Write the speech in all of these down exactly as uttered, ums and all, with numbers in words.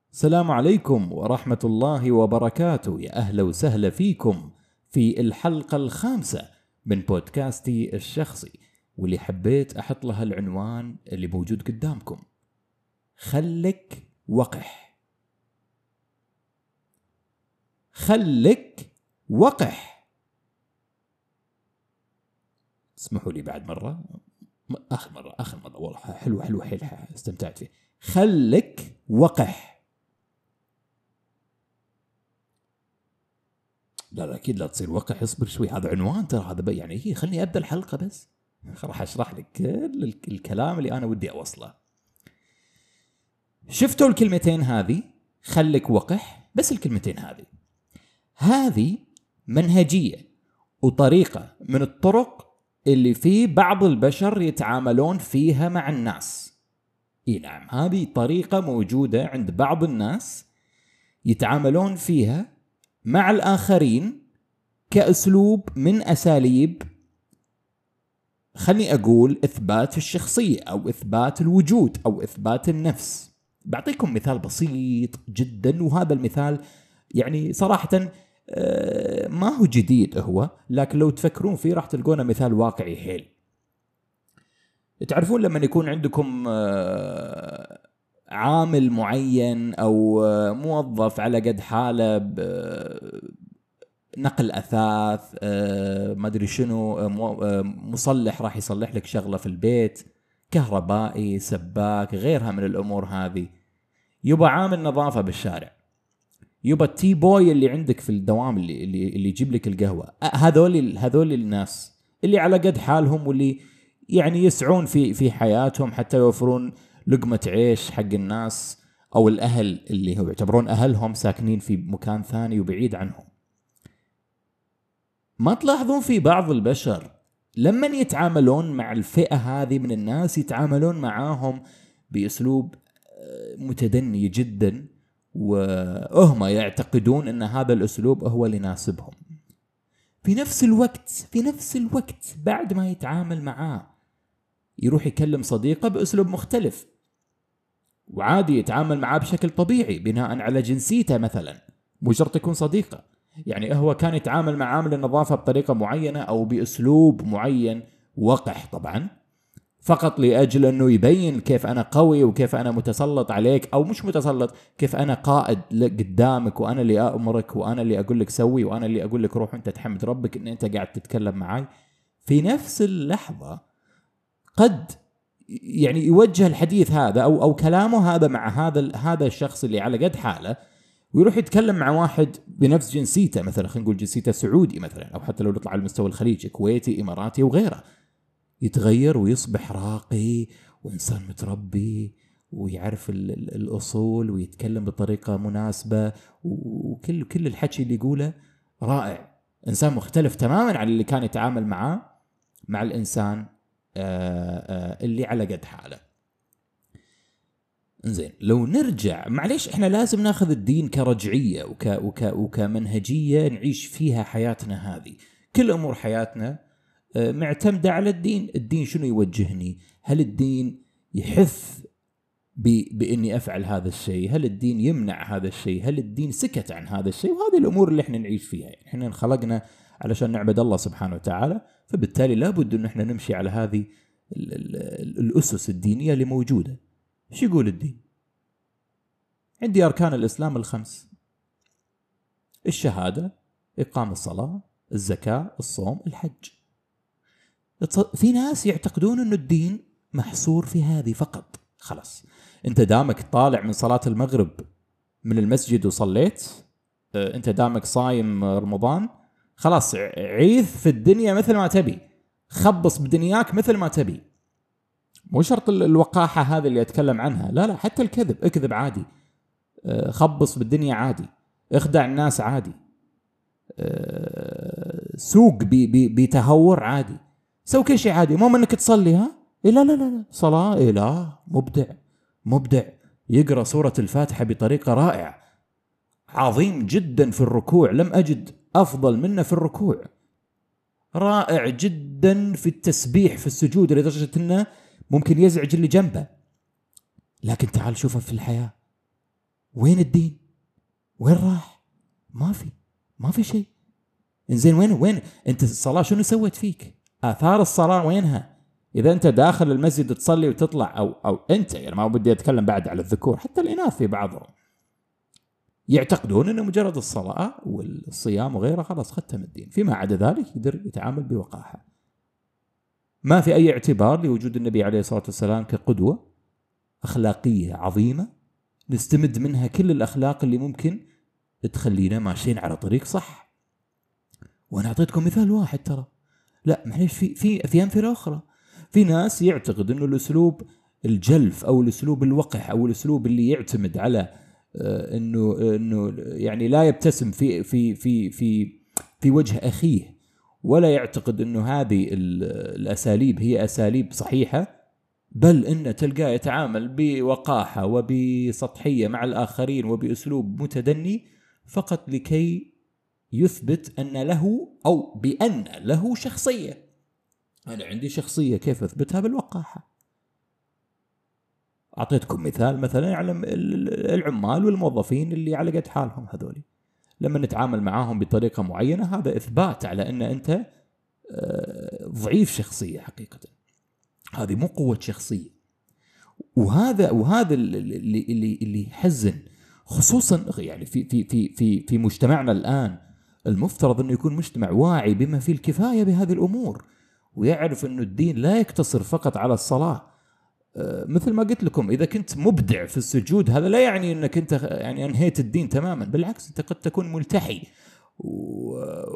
السلام عليكم ورحمة الله وبركاته، يا أهلا وسهلا فيكم في الحلقة الخامسة من بودكاستي الشخصي، واللي حبيت أحط لها العنوان اللي موجود قدامكم: خلك وقح. خلك وقح. اسمحوا لي بعد مرة، آخر مرة آخر مرة والله حلوة حلوة حيل استمتعت فيه. خلك وقح. لا لا أكيد لا تصير وقح، اصبر شوي، هذا عنوان ترى، هذا يعني هي خلني أبدأ الحلقة بس راح أشرح لك كل الكلام اللي أنا ودي أوصله. شفتوا الكلمتين هذه؟ خلك وقح، بس الكلمتين هذه هذه منهجية وطريقة من الطرق اللي في بعض البشر يتعاملون فيها مع الناس. إيه نعم، هذه طريقة موجودة عند بعض الناس يتعاملون فيها مع الآخرين كأسلوب من أساليب، خلني أقول، إثبات الشخصية أو إثبات الوجود أو إثبات النفس. بعطيكم مثال بسيط جدا، وهذا المثال يعني صراحة ما هو جديد هو، لكن لو تفكرون فيه راح تلقونه مثال واقعي حيل. تعرفون لما يكون عندكم عامل معين أو موظف على قد حاله نقل أثاث، ما أدري شنو، مصلح راح يصلح لك شغلة في البيت، كهربائي، سباك، غيرها من الأمور هذه، يبقى عامل نظافة بالشارع، يبقى التي بوي اللي عندك في الدوام اللي اللي, اللي يجيب لك القهوة، هذول هذول الناس اللي على قد حالهم واللي يعني يسعون في في حياتهم حتى يوفرون لقمة عيش حق الناس أو الأهل اللي هو يعتبرون أهلهم ساكنين في مكان ثاني وبعيد عنهم. ما تلاحظون في بعض البشر لما يتعاملون مع الفئة هذه من الناس يتعاملون معاهم بأسلوب متدني جدا، وهم يعتقدون أن هذا الأسلوب هو اللي يناسبهم. في نفس الوقت في نفس الوقت بعد ما يتعامل معاه يروح يكلم صديقه بأسلوب مختلف، وعادي يتعامل معاه بشكل طبيعي بناء على جنسيته مثلا، مو شرط يكون صديقه. يعني هو كان يتعامل مع عامل النظافة بطريقة معينة أو بأسلوب معين وقح طبعا، فقط لأجل أنه يبين كيف أنا قوي وكيف أنا متسلط عليك، أو مش متسلط، كيف أنا قائد قدامك وأنا اللي أأمرك وأنا اللي أقول لك سوي وأنا اللي أقول لك روح أنت تحمد ربك أن أنت قاعد تتكلم معي. في نفس اللحظة قد يعني يوجه الحديث هذا أو أو كلامه هذا مع هذا هذا الشخص اللي على قد حاله، ويروح يتكلم مع واحد بنفس جنسيته، مثلا خلينا نقول جنسيته سعودي مثلا، أو حتى لو نطلع على المستوى الخليجي، كويتي، إماراتي وغيره، يتغير ويصبح راقي وإنسان متربي ويعرف الأصول ويتكلم بطريقة مناسبة، وكل كل الحكي اللي يقوله رائع. إنسان مختلف تماما عن اللي كان يتعامل معاه مع الإنسان اللي على قد حاله. إنزين، لو نرجع، معليش إحنا لازم ناخذ الدين كرجعية وك وك وكمنهجية نعيش فيها حياتنا هذه. كل أمور حياتنا معتمدة على الدين. الدين شنو يوجهني؟ هل الدين يحث بإني أفعل هذا الشيء؟ هل الدين يمنع هذا الشيء؟ هل الدين سكت عن هذا الشيء؟ وهذه الأمور اللي إحنا نعيش فيها. يعني إحنا انخلقنا علشان نعبد الله سبحانه وتعالى، فبالتالي لابد أن إحنا نمشي على هذه الأسس الدينية اللي موجودة. شو يقول الدين؟ عندي أركان الإسلام الخمس: الشهادة، إقام الصلاة، الزكاة، الصوم، الحج. في ناس يعتقدون أن الدين محصور في هذه فقط. خلاص، أنت دامك طالع من صلاة المغرب من المسجد وصليت، أنت دامك صايم رمضان، خلاص عيث في الدنيا مثل ما تبي، خبص بدنياك مثل ما تبي. مو شرط الوقاحة هذه اللي أتكلم عنها، لا لا، حتى الكذب، اكذب عادي، خبص بالدنيا عادي، اخدع الناس عادي، سوق بتهور عادي، سوي كل شيء عادي. مو منك تصلي، ها إيه لا لا لا صلاة، إيه لا، مبدع مبدع، يقرأ سورة الفاتحة بطريقة رائعة، عظيم جدا في الركوع، لم أجد أفضل منه في الركوع، رائع جدا في التسبيح في السجود لدرجة أنه ممكن يزعج اللي جنبه. لكن تعال شوفه في الحياة، وين الدين؟ وين راح؟ ما في ما في شيء. إنزين وين وين أنت الصلاة شنو سويت فيك؟ آثار الصلاة وينها؟ إذا أنت داخل المسجد تصلي وتطلع أو أو أنت يعني ما بدي أتكلم بعد على الذكور، حتى الإناث في بعضهم يعتقدون أن مجرد الصلاة والصيام وغيره خلاص ختم الدين، فيما عدا ذلك يقدر يتعامل بوقاحة. ما في أي اعتبار لوجود النبي عليه الصلاة والسلام كقدوة أخلاقية عظيمة نستمد منها كل الأخلاق اللي ممكن تخلينا ماشيين على طريق صح. وأنا أعطيتكم مثال واحد ترى، لا معليش في في في أمثلة أخرى. في ناس يعتقد إنه الأسلوب الجلف أو الأسلوب الوقح أو الأسلوب اللي يعتمد على انه انه يعني لا يبتسم في في في في في وجه اخيه، ولا يعتقد انه هذه الاساليب هي اساليب صحيحه، بل ان تلقاه يتعامل بوقاحه وبسطحيه مع الاخرين وباسلوب متدني فقط لكي يثبت ان له او بان له شخصيه. انا عندي شخصيه، كيف اثبتها؟ بالوقاحه. أعطيتكم مثال مثلا على العمال والموظفين اللي على قد حالهم هذولي، لما نتعامل معاهم بطريقة معينة هذا إثبات على أن أنت ضعيف شخصية حقيقة، هذه مو قوة شخصية. وهذا وهذا اللي اللي اللي يحزن، خصوصا يعني في في في في في مجتمعنا الآن. المفترض أنه يكون مجتمع واعي بما فيه الكفاية بهذه الأمور، ويعرف أنه الدين لا يقتصر فقط على الصلاة. مثل ما قلت لكم، إذا كنت مبدع في السجود هذا لا يعني أنك أنت يعني أنهيت الدين تماما، بالعكس أنت قد تكون ملتحي و...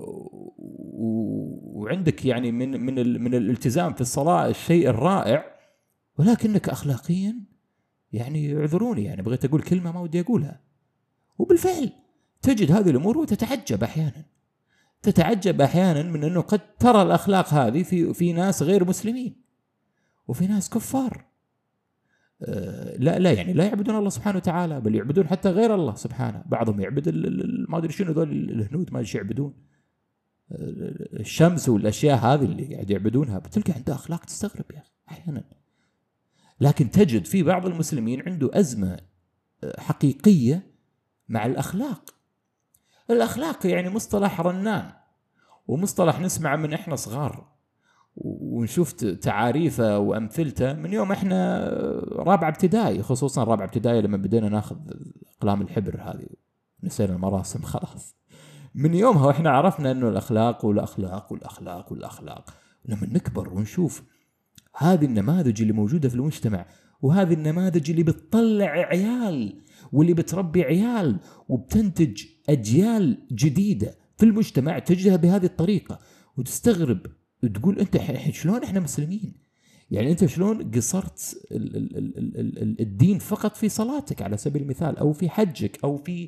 و... وعندك يعني من من ال... من الالتزام في الصلاة الشيء الرائع، ولكنك أخلاقيا يعني اعذروني يعني بغيت أقول كلمة ما ودي أقولها. وبالفعل تجد هذه الأمور وتتعجب أحيانا تتعجب أحيانا من أنه قد ترى الأخلاق هذه في في ناس غير مسلمين وفي ناس كفار. لا لا يعني لا يعبدون الله سبحانه وتعالى، بل يعبدون حتى غير الله سبحانه. بعضهم يعبد ما ادري شنو ذول الهنود، ما ادري يعبدون الشمس والاشياء هذه اللي قاعد يعبدونها، بتلقى عنده اخلاق تستغرب يا احيانا. لكن تجد في بعض المسلمين عنده ازمه حقيقيه مع الاخلاق. الاخلاق يعني مصطلح رنان ومصطلح نسمع من احنا صغار ونشوف تعاريفه وامثلته من يوم احنا رابعه ابتدائي، خصوصا رابعه ابتدائي لما بدينا ناخذ اقلام الحبر هذه نسينا المراسم خلاص. من يومها واحنا عرفنا انه الاخلاق والاخلاق والاخلاق والاخلاق. لما نكبر ونشوف هذه النماذج اللي موجوده في المجتمع، وهذه النماذج اللي بتطلع عيال واللي بتربي عيال وبتنتج اجيال جديده في المجتمع تجدها بهذه الطريقه، وتستغرب وتقول انت شلون احنا مسلمين؟ يعني انت شلون قصرت الدين فقط في صلاتك على سبيل المثال، او في حجك، او في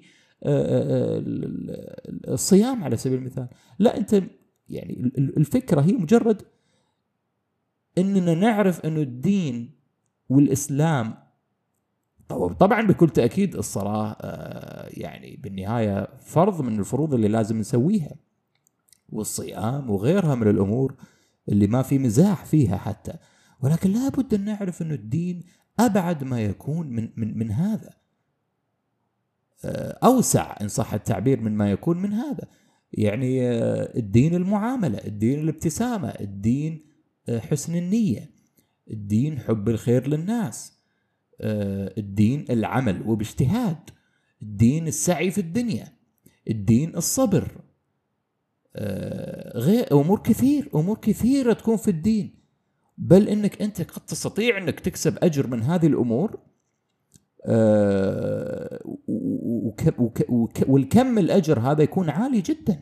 الصيام على سبيل المثال؟ لا، انت يعني الفكرة هي مجرد اننا نعرف انه الدين والاسلام طبعا بكل تأكيد الصلاة يعني بالنهاية فرض من الفروض اللي لازم نسويها، والصيام وغيرها من الأمور اللي ما في مزاح فيها حتى، ولكن لا بد أن نعرف أن الدين أبعد ما يكون من, من, من هذا، أوسع إن صح التعبير من ما يكون من هذا. يعني الدين المعاملة، الدين الابتسامة، الدين حسن النية، الدين حب الخير للناس، الدين العمل وباجتهاد، الدين السعي في الدنيا، الدين الصبر، غير أمور كثير أمور كثيرة تكون في الدين. بل إنك أنت قد تستطيع إنك تكسب أجر من هذه الأمور، والكم الأجر هذا يكون عالي جدا.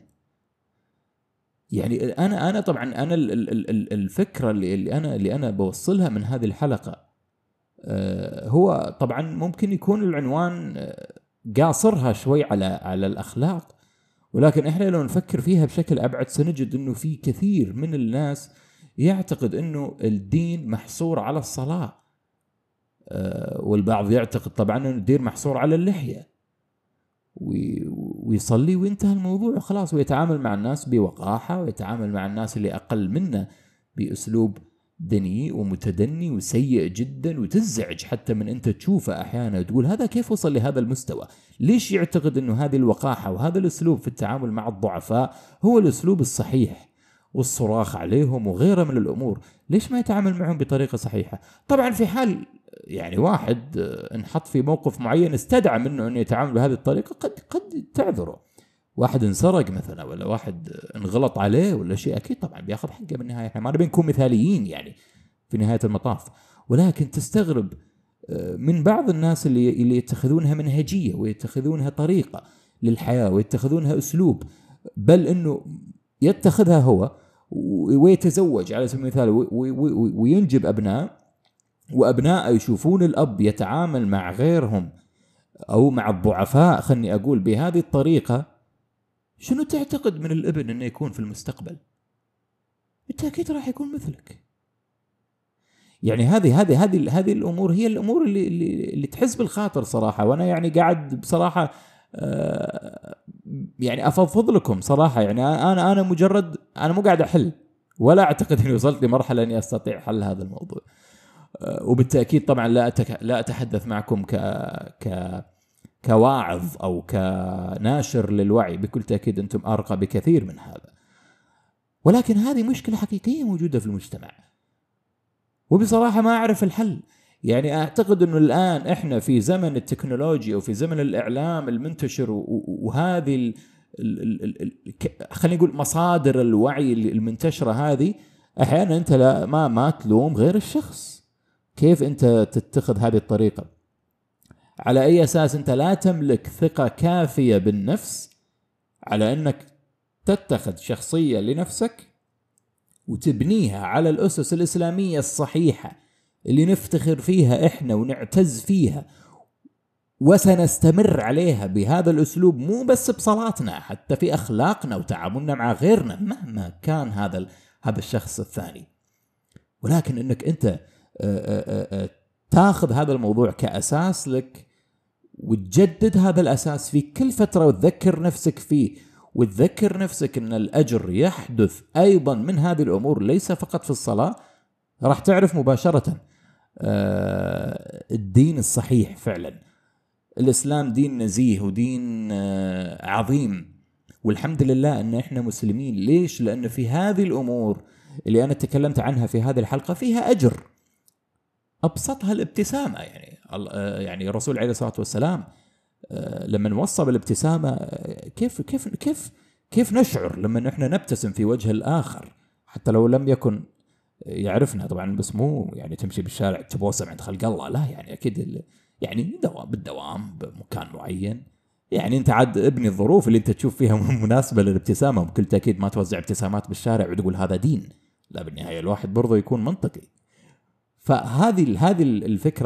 يعني أنا أنا طبعا أنا الفكرة اللي أنا اللي أنا بوصلها من هذه الحلقة هو طبعا ممكن يكون العنوان قاصرها شوي على على الأخلاق، ولكن إحنا لو نفكر فيها بشكل أبعد سنجد إنه في كثير من الناس يعتقد إنه الدين محصور على الصلاة، والبعض يعتقد طبعا إنه الدين محصور على اللحية، ويصلي وينتهى الموضوع خلاص، ويتعامل مع الناس بوقاحة، ويتعامل مع الناس اللي أقل منه بأسلوب دنيء ومتدني وسيء جدا، وتزعج حتى من أنت تشوفه أحيانا تقول هذا كيف وصل لهذا المستوى؟ ليش يعتقد أنه هذه الوقاحة وهذا الأسلوب في التعامل مع الضعفاء هو الأسلوب الصحيح، والصراخ عليهم وغيره من الأمور؟ ليش ما يتعامل معهم بطريقة صحيحة؟ طبعا في حال يعني واحد انحط في موقف معين استدعى منه أن يتعامل بهذه الطريقة قد قد تعذره. واحد انسرق مثلا، ولا واحد انغلط عليه ولا شيء، أكيد طبعا بياخذ حقه بالنهاية. احنا ما نبي نكون مثاليين يعني في نهاية المطاف، ولكن تستغرب من بعض الناس اللي اللي يتخذونها منهجية ويتخذونها طريقة للحياة ويتخذونها أسلوب، بل إنه يتخذها هو ويتزوج على سبيل المثال وينجب أبناء، وأبناء يشوفون الأب يتعامل مع غيرهم أو مع الضعفاء خلني أقول بهذه الطريقة. شنو تعتقد من الابن إنه يكون في المستقبل؟ بالتأكيد راح يكون مثلك. يعني هذه هذه هذه هذه الأمور هي الأمور اللي اللي, اللي تحس بالخاطر صراحة. وأنا يعني قاعد بصراحة آه يعني أفضفض لكم صراحة. يعني أنا أنا مجرد أنا مو قاعد أحل، ولا أعتقد إني وصلت لمرحلة إني أستطيع حل هذا الموضوع. آه وبالتأكيد طبعا لا أتك لا أتحدث معكم ك ك كواعظ أو كناشر للوعي، بكل تأكيد أنتم أرقى بكثير من هذا. ولكن هذه مشكلة حقيقية موجودة في المجتمع، وبصراحة ما أعرف الحل. يعني أعتقد أنه الآن إحنا في زمن التكنولوجيا وفي زمن الإعلام المنتشر، وهذه ال ال ال ال خلينا نقول مصادر الوعي المنتشرة هذه، أحيانا أنت لا ما ما تلوم غير الشخص. كيف أنت تتخذ هذه الطريقة؟ على أي أساس أنت لا تملك ثقة كافية بالنفس على أنك تتخذ شخصية لنفسك وتبنيها على الأسس الإسلامية الصحيحة اللي نفتخر فيها إحنا ونعتز فيها وسنستمر عليها بهذا الأسلوب، مو بس بصلاتنا، حتى في أخلاقنا وتعاملنا مع غيرنا مهما كان هذا هذا الشخص الثاني. ولكن إنك أنت تاخذ هذا الموضوع كأساس لك وتجدد هذا الأساس في كل فترة وتذكر نفسك فيه، وتذكر نفسك أن الأجر يحدث أيضا من هذه الأمور ليس فقط في الصلاة، راح تعرف مباشرة الدين الصحيح. فعلا الإسلام دين نزيه ودين عظيم، والحمد لله أن إحنا مسلمين. ليش؟ لأن في هذه الأمور اللي أنا تكلمت عنها في هذه الحلقة فيها أجر، أبسطها الابتسامة. يعني يعني الرسول عليه الصلاة والسلام لما نوصى بالابتسامة، كيف كيف كيف كيف نشعر لما نحن نبتسم في وجه الآخر حتى لو لم يكن يعرفنا طبعا، بس مو يعني تمشي بالشارع تبوسم عند خلق الله، لا يعني أكيد يعني دوام بالدوام بمكان معين. يعني أنت عاد ابني الظروف اللي أنت تشوف فيها مناسبة للابتسامة، بكل تأكيد ما توزع ابتسامات بالشارع وتقول هذا دين، لا بالنهاية الواحد برضو يكون منطقي. فهذه هذه الفكرة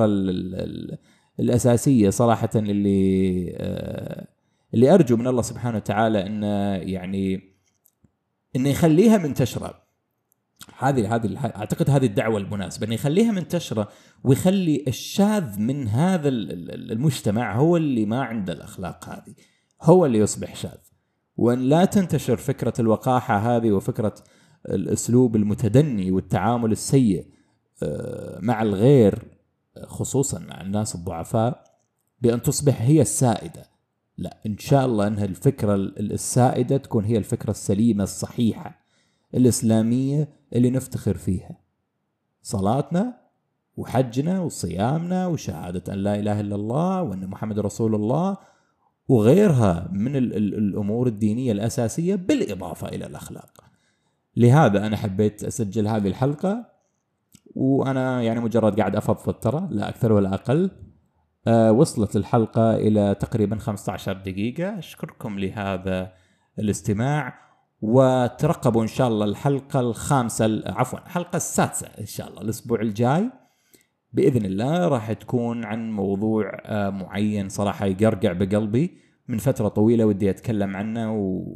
الأساسية صراحة اللي اللي أرجو من الله سبحانه وتعالى إن يعني إنه يخليها منتشرة. هذه هذه أعتقد هذه الدعوة المناسبة، إنه يخليها منتشرة ويخلي الشاذ من هذا المجتمع هو اللي ما عنده الأخلاق هذه هو اللي يصبح شاذ، وأن لا تنتشر فكرة الوقاحة هذه وفكرة الأسلوب المتدني والتعامل السيء مع الغير خصوصا مع الناس الضعفاء بأن تصبح هي السائدة. لا، إن شاء الله أنها الفكرة السائدة تكون هي الفكرة السليمة الصحيحة الإسلامية اللي نفتخر فيها، صلاتنا وحجنا وصيامنا وشهادة أن لا إله إلا الله وأن محمد رسول الله وغيرها من الأمور الدينية الأساسية بالإضافة إلى الأخلاق. لهذا أنا حبيت أسجل هذه الحلقة، وأنا يعني مجرد قاعد أفضفض ترى لا أكثر ولا أقل. أه وصلت الحلقة إلى تقريبا خمسة عشر دقيقة. أشكركم لهذا الاستماع، وترقبوا إن شاء الله الحلقة الخامسة عفوا الحلقة السادسة إن شاء الله الأسبوع الجاي بإذن الله. راح تكون عن موضوع أه معين صراحة يقرقع بقلبي من فترة طويلة ودي أتكلم عنه،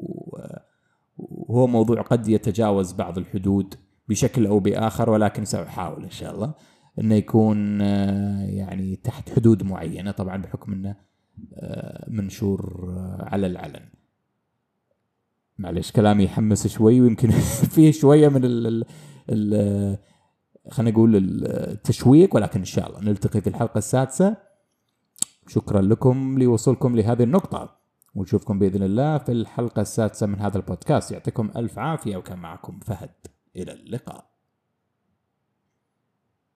وهو موضوع قد يتجاوز بعض الحدود بشكل أو بآخر، ولكن سأحاول إن شاء الله أنه يكون يعني تحت حدود معينة طبعا بحكم أنه منشور على العلن. معلش كلامي يحمس شوي ويمكن فيه شوية من ال ال خلينا نقول التشويق، ولكن إن شاء الله نلتقي في الحلقة السادسة. شكرا لكم لوصولكم لهذه النقطة، ونشوفكم بإذن الله في الحلقة السادسة من هذا البودكاست. يعطيكم ألف عافية، وكان معكم فهد، إلى اللقاء.